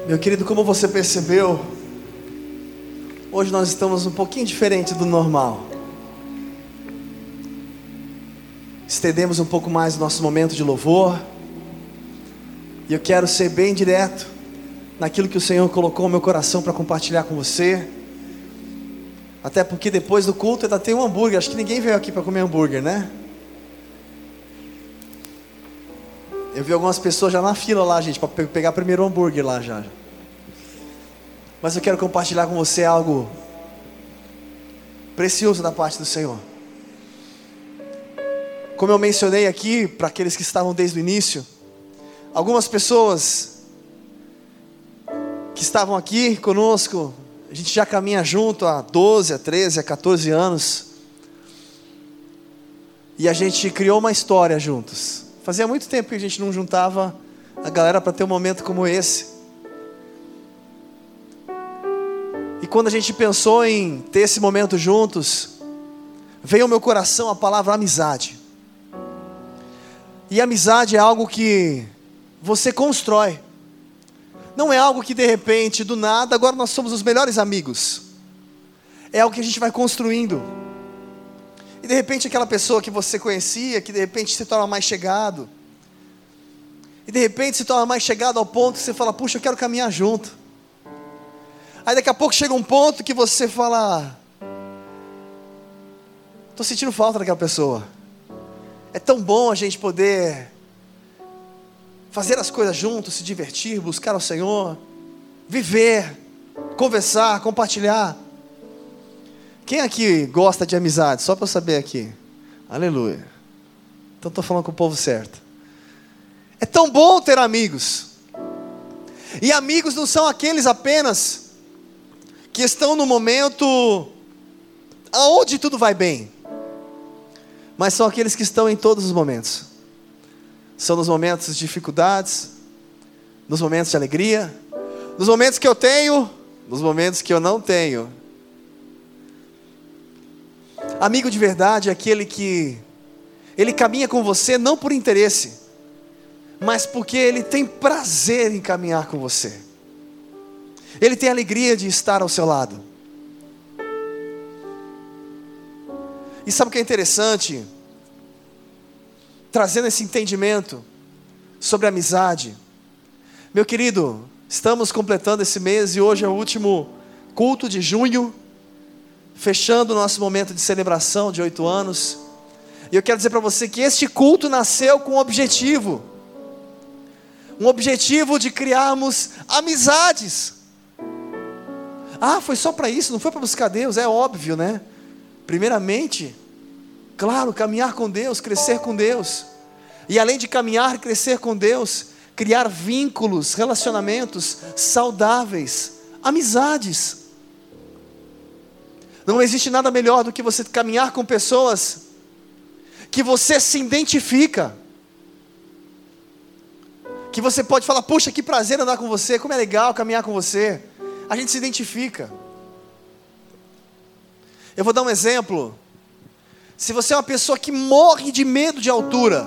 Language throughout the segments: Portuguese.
Meu querido, como você percebeu, hoje nós estamos um pouquinho diferente do normal. Estendemos um pouco mais o nosso momento de louvor. E eu quero ser bem direto naquilo que o Senhor colocou no meu coração para compartilhar com você. Até porque depois do culto ainda tem um hambúrguer. Acho que ninguém veio aqui para comer hambúrguer, né? Eu vi algumas pessoas já na fila lá, gente, para pegar primeiro o hambúrguer lá já. Mas eu quero compartilhar com você algo precioso da parte do Senhor. Como eu mencionei aqui, para aqueles que estavam desde o início, algumas pessoas que estavam aqui conosco, a gente já caminha junto há 12, há 13, há 14 anos. E a gente criou uma história juntos. Fazia muito tempo que a gente não juntava a galera para ter um momento como esse. E quando a gente pensou em ter esse momento juntos, veio ao meu coração a palavra amizade. E amizade é algo que você constrói. Não é algo que de repente, do nada, agora nós somos os melhores amigos. É algo que a gente vai construindo. E de repente aquela pessoa que você conhecia, que de repente se torna mais chegado. E de repente se torna mais chegado ao ponto que você fala, puxa, eu quero caminhar junto. Aí daqui a pouco chega um ponto que você fala, estou sentindo falta daquela pessoa. É tão bom a gente poder fazer as coisas juntos, se divertir, buscar o Senhor, viver, conversar, compartilhar. Quem aqui gosta de amizade? Só para eu saber aqui. Aleluia. Então estou falando com o povo certo. É tão bom ter amigos. E amigos não são aqueles apenas que estão no momento aonde tudo vai bem, mas são aqueles que estão em todos os momentos. São nos momentos de dificuldades, nos momentos de alegria, nos momentos que eu tenho, nos momentos que eu não tenho. Amigo de verdade é aquele que ele caminha com você não por interesse, mas porque ele tem prazer em caminhar com você. Ele tem alegria de estar ao seu lado. E sabe o que é interessante? Trazendo esse entendimento sobre amizade. Meu querido, estamos completando esse mês e hoje é o último culto de junho, fechando o nosso momento de celebração de 8 anos. E eu quero dizer para você que este culto nasceu com um objetivo de criarmos amizades. Ah, foi só para isso, não foi para buscar Deus, é óbvio, né? Primeiramente, claro, caminhar com Deus, crescer com Deus. E além de caminhar, crescer com Deus, criar vínculos, relacionamentos saudáveis, amizades. Não existe nada melhor do que você caminhar com pessoas que você se identifica. Que você pode falar, puxa, que prazer andar com você, como é legal caminhar com você. A gente se identifica. Eu vou dar um exemplo. Se você é uma pessoa que morre de medo de altura,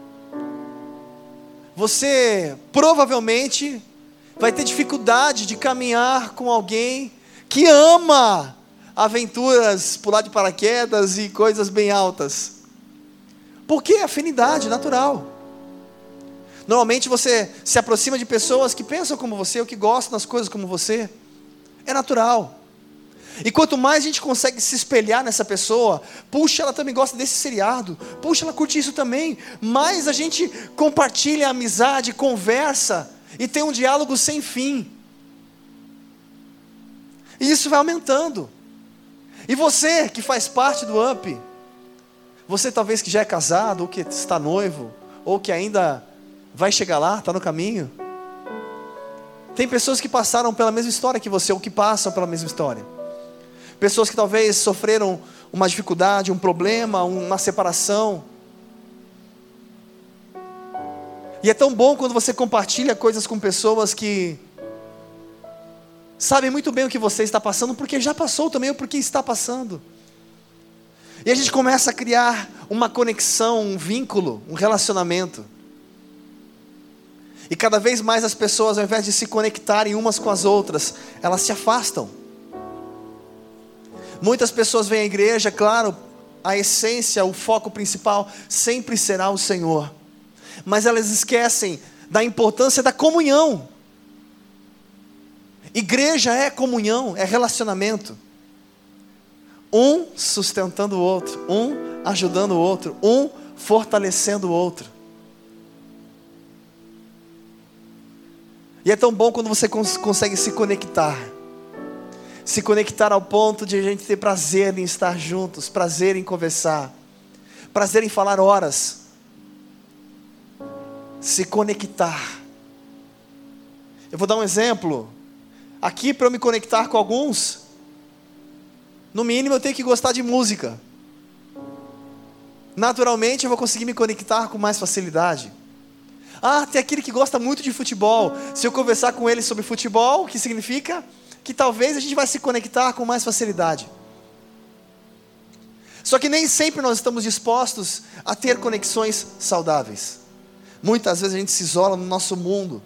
você provavelmente vai ter dificuldade de caminhar com alguém que ama aventuras, pular de paraquedas e coisas bem altas. Porque é afinidade natural. Normalmente você se aproxima de pessoas que pensam como você, ou que gostam das coisas como você. É natural. E quanto mais a gente consegue se espelhar nessa pessoa, puxa, ela também gosta desse seriado, puxa, ela curte isso também, mais a gente compartilha a amizade, conversa, e tem um diálogo sem fim. E isso vai aumentando. E você que faz parte do UP, você talvez que já é casado, ou que está noivo, ou que ainda vai chegar lá, está no caminho. Tem pessoas que passaram pela mesma história que você, ou que passam pela mesma história. Pessoas que talvez sofreram uma dificuldade, um problema, uma separação. E é tão bom quando você compartilha coisas com pessoas que sabem muito bem o que você está passando, porque já passou também, ou porque está passando. E a gente começa a criar uma conexão, um vínculo, um relacionamento. E cada vez mais as pessoas, ao invés de se conectarem umas com as outras, elas se afastam. Muitas pessoas vêm à igreja, claro, a essência, o foco principal sempre será o Senhor. Mas elas esquecem da importância da comunhão. Igreja é comunhão, é relacionamento. Um sustentando o outro, um ajudando o outro, um fortalecendo o outro. E é tão bom quando você consegue se conectar. Se conectar ao ponto de a gente ter prazer em estar juntos, prazer em conversar, prazer em falar horas. Se conectar. Eu vou dar um exemplo. Aqui, para eu me conectar com alguns, no mínimo eu tenho que gostar de música. Naturalmente eu vou conseguir me conectar com mais facilidade. Tem aquele que gosta muito de futebol. Se eu conversar com ele sobre futebol, o que significa? Que talvez a gente vai se conectar com mais facilidade. Só que nem sempre nós estamos dispostos a ter conexões saudáveis. Muitas vezes a gente se isola no nosso mundo,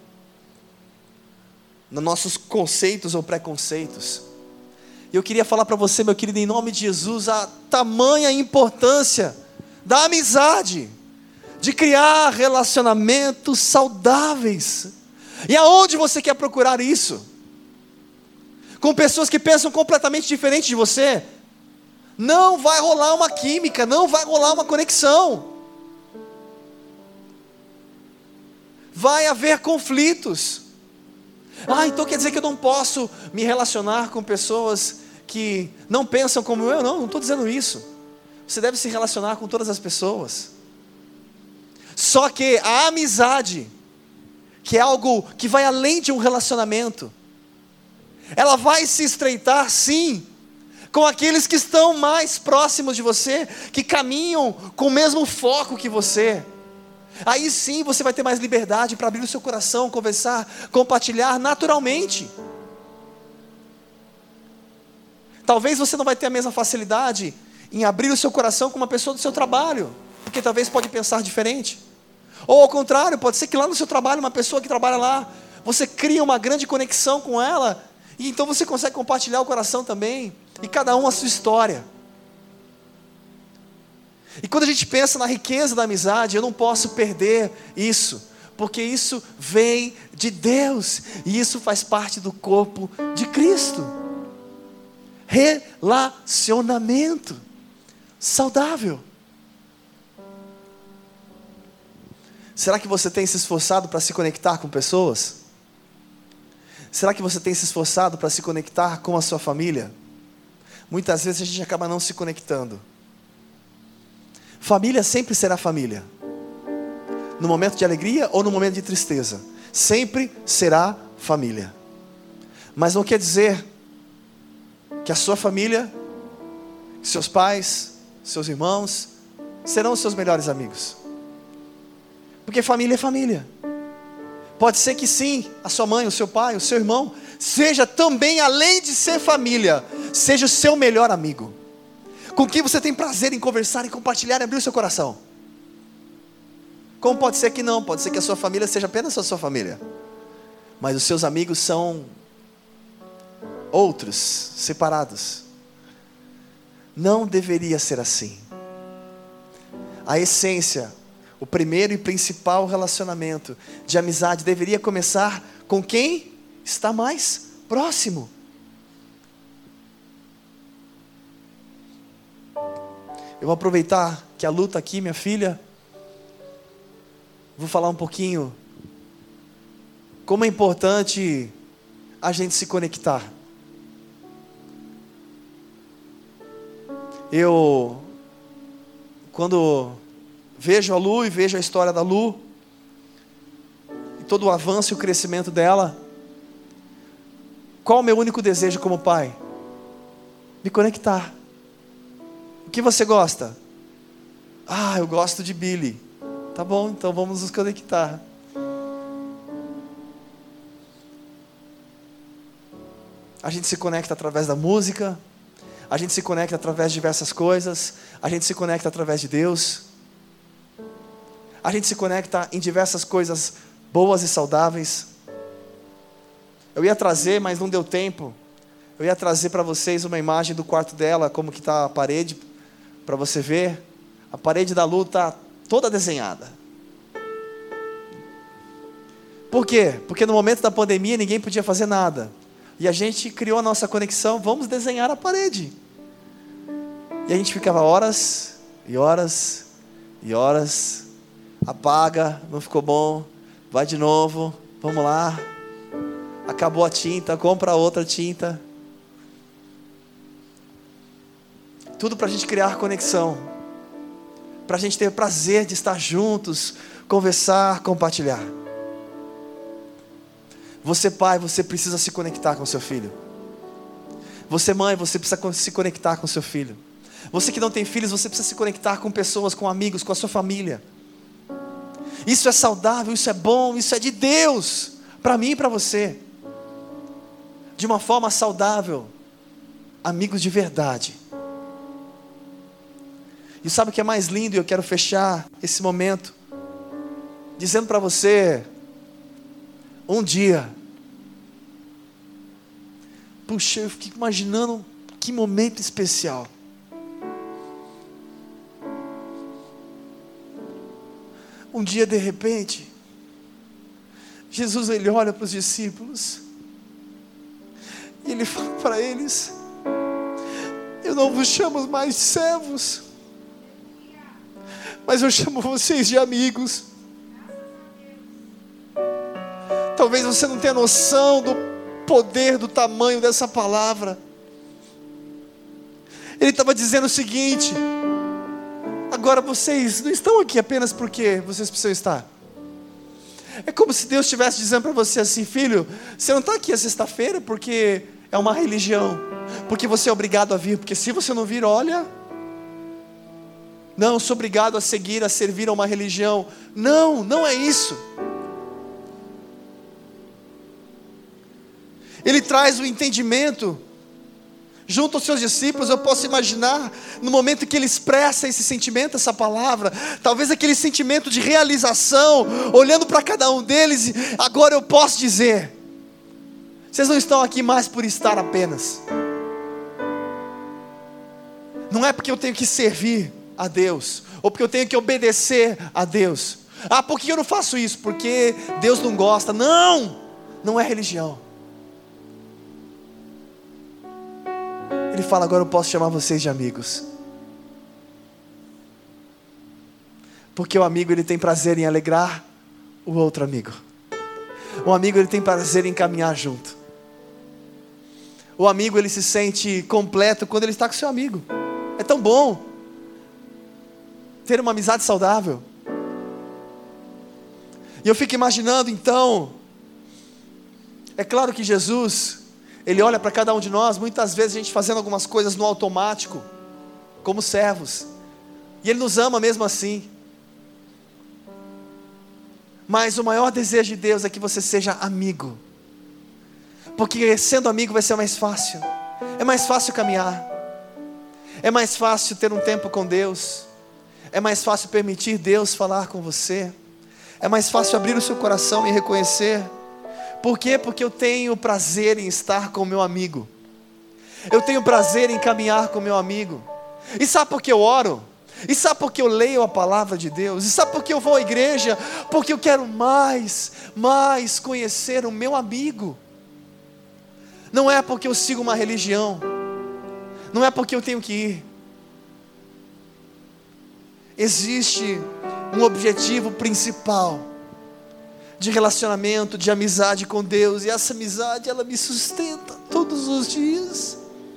nos nossos conceitos ou preconceitos. E eu queria falar para você, meu querido, em nome de Jesus, a tamanha importância da amizade, de criar relacionamentos saudáveis. E aonde você quer procurar isso? Com pessoas que pensam completamente diferente de você? Não vai rolar uma química, não vai rolar uma conexão. Vai haver conflitos. Então quer dizer que eu não posso me relacionar com pessoas que não pensam como eu? Não estou dizendo isso. Você deve se relacionar com todas as pessoas. Só que a amizade, que é algo que vai além de um relacionamento, ela vai se estreitar sim, com aqueles que estão mais próximos de você, que caminham com o mesmo foco que você. Aí sim você vai ter mais liberdade para abrir o seu coração, conversar, compartilhar naturalmente. Talvez você não vai ter a mesma facilidade em abrir o seu coração com uma pessoa do seu trabalho, porque talvez pode pensar diferente. Ou ao contrário, pode ser que lá no seu trabalho, uma pessoa que trabalha lá, você cria uma grande conexão com ela, e então você consegue compartilhar o coração também, e cada um a sua história. E quando a gente pensa na riqueza da amizade, eu não posso perder isso, porque isso vem de Deus, e isso faz parte do corpo de Cristo. Relacionamento saudável. Será que você tem se esforçado para se conectar com pessoas? Será que você tem se esforçado para se conectar com a sua família? Muitas vezes a gente acaba não se conectando. Família sempre será família. No momento de alegria ou no momento de tristeza. Sempre será família. Mas não quer dizer que a sua família, seus pais, seus irmãos, serão os seus melhores amigos. Porque família é família. Pode ser que sim, a sua mãe, o seu pai, o seu irmão, seja também, além de ser família, seja o seu melhor amigo, com quem você tem prazer em conversar, em compartilhar, em abrir o seu coração. Como pode ser que não? Pode ser que a sua família seja apenas a sua família, mas os seus amigos são outros, separados. Não deveria ser assim. A essência, o primeiro e principal relacionamento de amizade deveria começar com quem está mais próximo. Eu vou aproveitar que a Lu está aqui, minha filha. Vou falar um pouquinho como é importante a gente se conectar. Eu, quando vejo a Lu e vejo a história da Lu, e todo o avanço e o crescimento dela, qual o meu único desejo como pai? Me conectar. O que você gosta? Eu gosto de Billy. Tá bom, então vamos nos conectar. A gente se conecta através da música, a gente se conecta através de diversas coisas, a gente se conecta através de Deus, a gente se conecta em diversas coisas boas e saudáveis. Eu ia trazer, mas não deu tempo. Eu ia trazer para vocês uma imagem do quarto dela, como que está a parede, para você ver. A parede da Lu está toda desenhada. Por quê? Porque no momento da pandemia ninguém podia fazer nada. E a gente criou a nossa conexão, vamos desenhar a parede. E a gente ficava horas e horas e horas. Apaga, não ficou bom, vai de novo, vamos lá. Acabou a tinta, compra outra tinta. Tudo para a gente criar conexão, para a gente ter prazer de estar juntos, conversar, compartilhar. Você pai, você precisa se conectar com seu filho. Você mãe, você precisa se conectar com seu filho. Você que não tem filhos, você precisa se conectar com pessoas, com amigos, com a sua família. Isso é saudável, isso é bom, isso é de Deus, para mim e para você. De uma forma saudável, amigos de verdade. E sabe o que é mais lindo? E eu quero fechar esse momento dizendo para você, um dia, puxa, eu fiquei imaginando que momento especial. Um dia, de repente, Jesus, ele olha para os discípulos e ele fala para eles: eu não vos chamo mais de servos, mas eu chamo vocês de amigos. Talvez você não tenha noção do poder, do tamanho dessa palavra. Ele estava dizendo o seguinte: agora vocês não estão aqui apenas porque vocês precisam estar. É como se Deus estivesse dizendo para você assim: filho, você não está aqui a sexta-feira porque é uma religião, porque você é obrigado a vir, porque se você não vir, olha, não, eu sou obrigado a seguir, a servir a uma religião. Não, não é isso. Ele traz o entendimento junto aos seus discípulos. Eu posso imaginar, no momento que ele expressa esse sentimento, essa palavra, talvez aquele sentimento de realização, olhando para cada um deles, agora eu posso dizer: vocês não estão aqui mais por estar apenas. Não é porque eu tenho que servir a Deus, ou porque eu tenho que obedecer a Deus. Ah, por que eu não faço isso? Porque Deus não gosta. Não, não é religião. Ele fala: agora eu posso chamar vocês de amigos. Porque o amigo, ele tem prazer em alegrar o outro amigo. O amigo, ele tem prazer em caminhar junto. O amigo, ele se sente completo quando ele está com seu amigo. É tão bom ter uma amizade saudável. E eu fico imaginando então, é claro que Jesus, ele olha para cada um de nós, muitas vezes a gente fazendo algumas coisas no automático, como servos, e Ele nos ama mesmo assim. Mas o maior desejo de Deus é que você seja amigo, porque sendo amigo vai ser mais fácil. É mais fácil caminhar, é mais fácil ter um tempo com Deus, é mais fácil permitir Deus falar com você, é mais fácil abrir o seu coração e reconhecer. Por quê? Porque eu tenho prazer em estar com o meu amigo. Eu tenho prazer em caminhar com o meu amigo. E sabe por que eu oro? E sabe por que eu leio a palavra de Deus? E sabe por que eu vou à igreja? Porque eu quero mais conhecer o meu amigo. Não é porque eu sigo uma religião. Não é porque eu tenho que ir. Existe um objetivo principal de relacionamento, de amizade com Deus, e essa amizade, ela me sustenta todos os dias.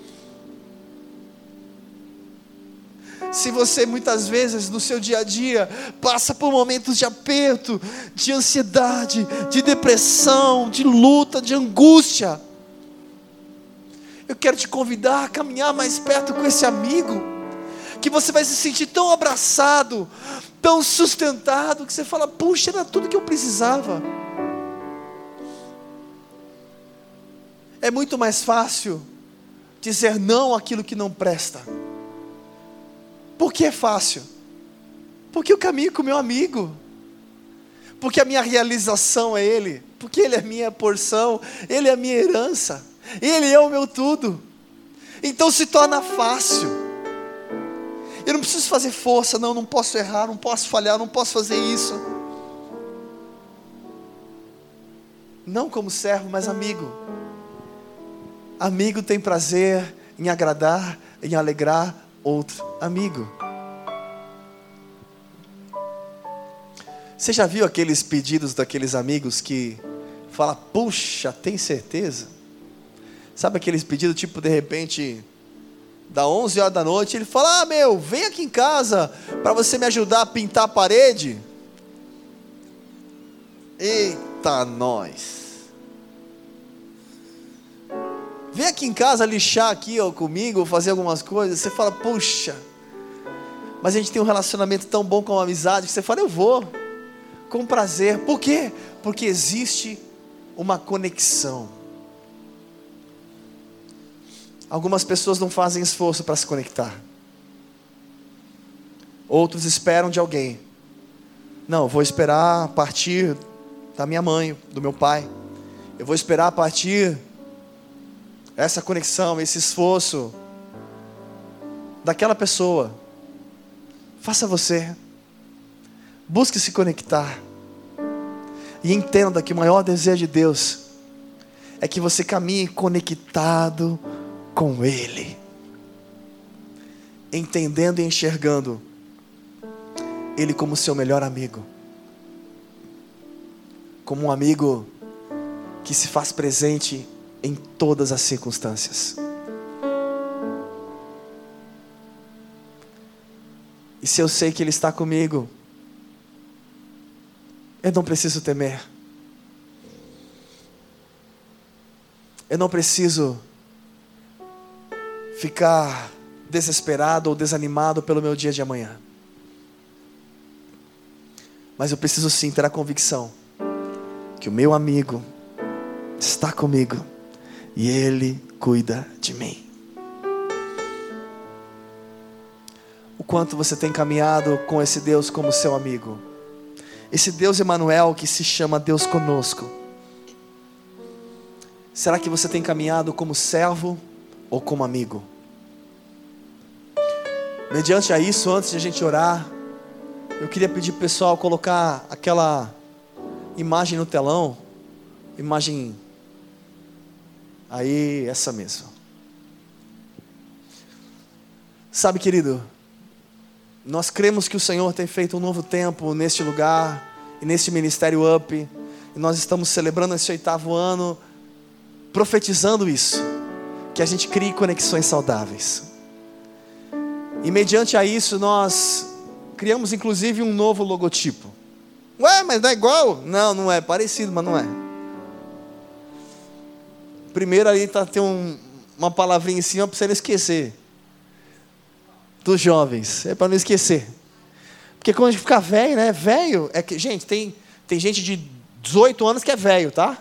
Se você muitas vezes no seu dia a dia passa por momentos de aperto, de ansiedade, de depressão, de luta, de angústia, eu quero te convidar a caminhar mais perto com esse amigo, que você vai se sentir tão abraçado, tão sustentado, que você fala: puxa, era tudo que eu precisava. É muito mais fácil dizer não àquilo que não presta. Por que é fácil? Porque eu caminho com meu amigo, porque a minha realização é Ele, porque Ele é a minha porção, Ele é a minha herança, Ele é o meu tudo. Então se torna fácil. Eu não preciso fazer força, não posso errar, não posso falhar, não posso fazer isso. Não como servo, mas amigo. Amigo tem prazer em agradar, em alegrar outro amigo. Você já viu aqueles pedidos daqueles amigos que fala, puxa, tem certeza? Sabe aqueles pedidos tipo de repente, da 11 horas da noite, ele fala, vem aqui em casa para você me ajudar a pintar a parede. Eita nós. Vem aqui em casa lixar aqui comigo, fazer algumas coisas. Você fala, puxa, mas a gente tem um relacionamento tão bom com a amizade, que você fala, eu vou, com prazer. Por quê? Porque existe uma conexão. Algumas pessoas não fazem esforço para se conectar. Outros esperam de alguém. Não, eu vou esperar a partir da minha mãe, do meu pai. Eu vou esperar a partir essa conexão, esse esforço daquela pessoa. Faça você. Busque se conectar. E entenda que o maior desejo de Deus é que você caminhe conectado com Ele, entendendo e enxergando Ele como seu melhor amigo, como um amigo que se faz presente em todas as circunstâncias. E se eu sei que Ele está comigo, eu não preciso temer. Eu não preciso ficar desesperado ou desanimado pelo meu dia de amanhã. Mas eu preciso sim ter a convicção que o meu amigo está comigo e Ele cuida de mim. O quanto você tem caminhado com esse Deus como seu amigo, esse Deus Emanuel que se chama Deus conosco. Será que você tem caminhado como servo ou como amigo? Mediante a isso, antes de a gente orar, eu queria pedir para o pessoal colocar aquela imagem no telão. Imagem aí, essa mesmo. Sabe, querido, nós cremos que o Senhor tem feito um novo tempo neste lugar e neste Ministério Up, e nós estamos celebrando esse 8º ano, profetizando isso, que a gente crie conexões saudáveis. E mediante a isso nós criamos inclusive um novo logotipo. Ué, mas não é igual? Não, não é, parecido, mas não é. Primeiro ali tem uma palavrinha em cima para você não esquecer. Dos jovens, é para não esquecer. Porque quando a gente fica velho, né? Velho, é que, gente, tem gente de 18 anos que é velho, tá?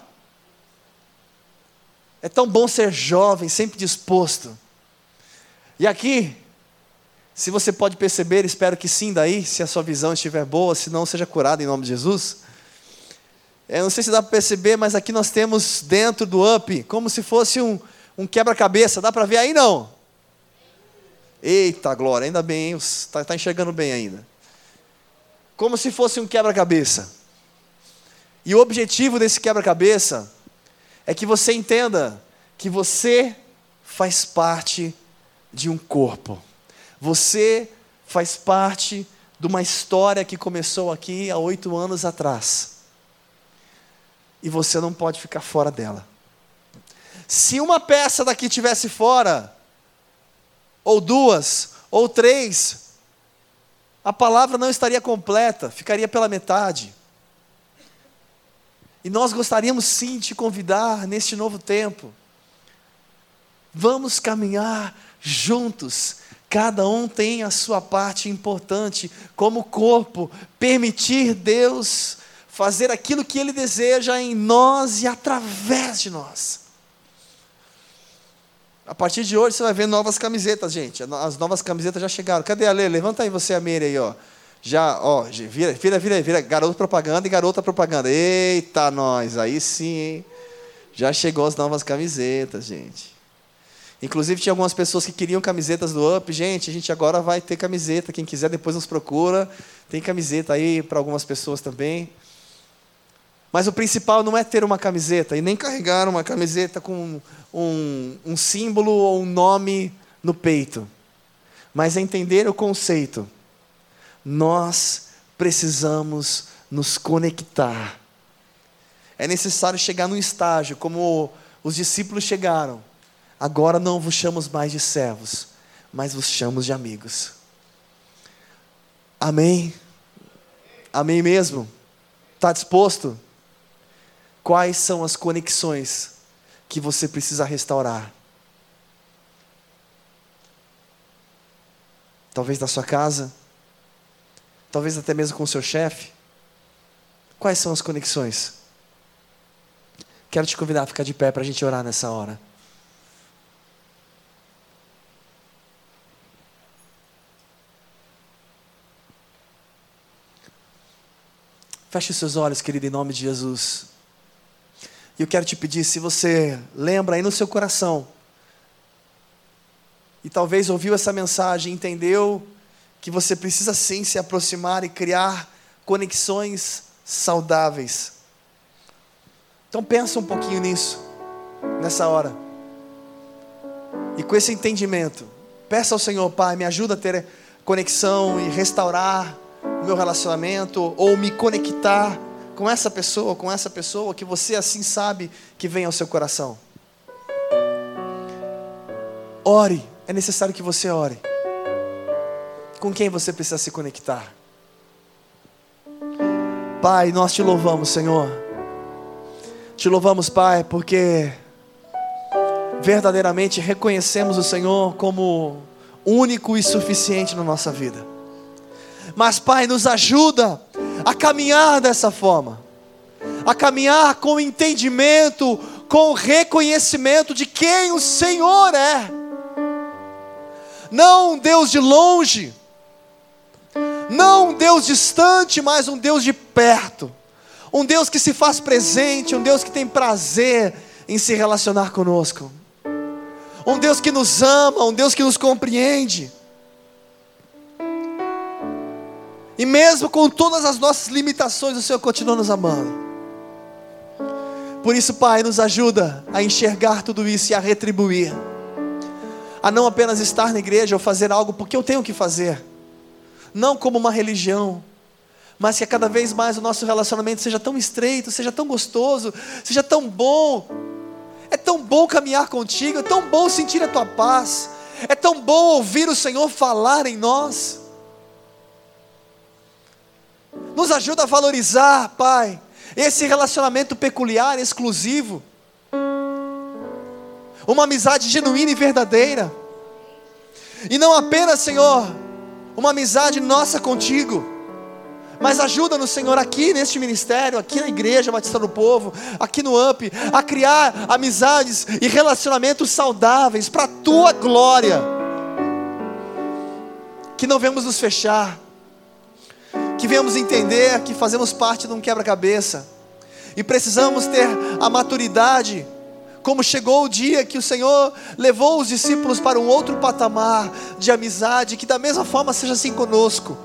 É tão bom ser jovem, sempre disposto. E aqui, se você pode perceber, espero que sim daí, se a sua visão estiver boa, se não, seja curado em nome de Jesus. Eu não sei se dá para perceber, mas aqui nós temos dentro do Up, como se fosse um quebra-cabeça. Dá para ver aí, não? Eita glória, ainda bem, está enxergando bem ainda. Como se fosse um quebra-cabeça. E o objetivo desse quebra-cabeça é que você entenda que você faz parte de um corpo. Você faz parte de uma história que começou aqui há 8 anos atrás. E você não pode ficar fora dela. Se uma peça daqui estivesse fora, ou 2, ou 3, a palavra não estaria completa, ficaria pela metade. E nós gostaríamos sim de te convidar neste novo tempo. Vamos caminhar juntos. Cada um tem a sua parte importante como corpo. Permitir Deus fazer aquilo que Ele deseja em nós e através de nós. A partir de hoje você vai ver novas camisetas, gente. As novas camisetas já chegaram. Cadê a Lê? Levanta aí você, a Meire aí, ó. Já, ó, vira, garoto propaganda e garota propaganda. Eita, nós, aí sim, hein? Já chegou as novas camisetas, gente. Inclusive, tinha algumas pessoas que queriam camisetas do Up. Gente, a gente agora vai ter camiseta. Quem quiser, depois nos procura. Tem camiseta aí para algumas pessoas também. Mas o principal não é ter uma camiseta, e nem carregar uma camiseta com um símbolo ou um nome no peito. Mas é entender o conceito. Nós precisamos nos conectar. É necessário chegar num estágio, como os discípulos chegaram. Agora não vos chamamos mais de servos, mas vos chamamos de amigos. Amém? Amém mesmo? Está disposto? Quais são as conexões que você precisa restaurar? Talvez na sua casa, talvez até mesmo com o seu chefe. Quais são as conexões? Quero te convidar a ficar de pé para a gente orar nessa hora. Feche os seus olhos, querido, em nome de Jesus. E eu quero te pedir, se você lembra aí no seu coração, e talvez ouviu essa mensagem, entendeu que você precisa sim se aproximar e criar conexões saudáveis. Então pensa um pouquinho nisso, nessa hora. E com esse entendimento, peça ao Senhor: Pai, me ajuda a ter conexão e restaurar o meu relacionamento, ou me conectar com essa pessoa que você assim sabe que vem ao seu coração. Ore, é necessário que você ore. Com quem você precisa se conectar? Pai, nós te louvamos, Senhor. Te louvamos, Pai, porque verdadeiramente reconhecemos o Senhor como único e suficiente na nossa vida. Mas, Pai, nos ajuda a caminhar dessa forma, a caminhar com entendimento, com reconhecimento de quem o Senhor é. Não um Deus de longe, não um Deus distante, mas um Deus de perto, um Deus que se faz presente, um Deus que tem prazer em se relacionar conosco, um Deus que nos ama, um Deus que nos compreende. E mesmo com todas as nossas limitações, o Senhor continua nos amando. Por isso, Pai, nos ajuda a enxergar tudo isso e a retribuir. A não apenas estar na igreja ou fazer algo porque eu tenho que fazer. Não como uma religião, mas que a cada vez mais o nosso relacionamento seja tão estreito, seja tão gostoso, seja tão bom. É tão bom caminhar contigo, é tão bom sentir a tua paz, é tão bom ouvir o Senhor falar em nós. Nos ajuda a valorizar, Pai, esse relacionamento peculiar, exclusivo. Uma amizade genuína e verdadeira. E não apenas, Senhor, uma amizade nossa contigo, mas ajuda-nos, Senhor, aqui neste ministério, aqui na igreja Batista do Povo, aqui no UP, a criar amizades e relacionamentos saudáveis para a Tua glória. Que não venhamos nos fechar, que venhamos entender que fazemos parte de um quebra-cabeça e precisamos ter a maturidade, como chegou o dia que o Senhor levou os discípulos para um outro patamar de amizade, que da mesma forma seja assim conosco.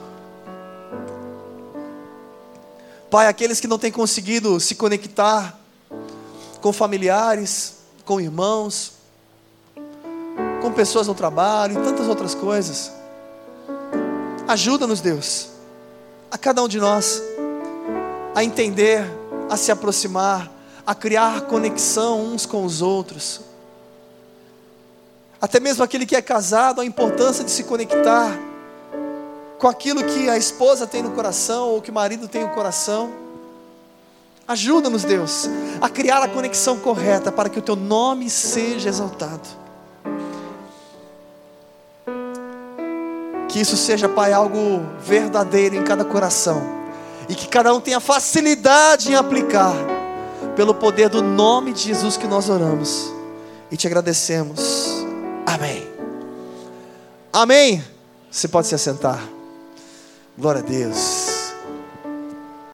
Pai, aqueles que não têm conseguido se conectar com familiares, com irmãos, com pessoas no trabalho e tantas outras coisas, ajuda-nos, Deus, a cada um de nós, a entender, a se aproximar, a criar conexão uns com os outros. Até mesmo aquele que é casado, a importância de se conectar com aquilo que a esposa tem no coração, ou que o marido tem no coração. Ajuda-nos, Deus, a criar a conexão correta, para que o Teu nome seja exaltado. Que isso seja, Pai, algo verdadeiro em cada coração, e que cada um tenha facilidade em aplicar, pelo poder do nome de Jesus que nós oramos e te agradecemos. Amém. Amém. Você pode se assentar. Glória a Deus.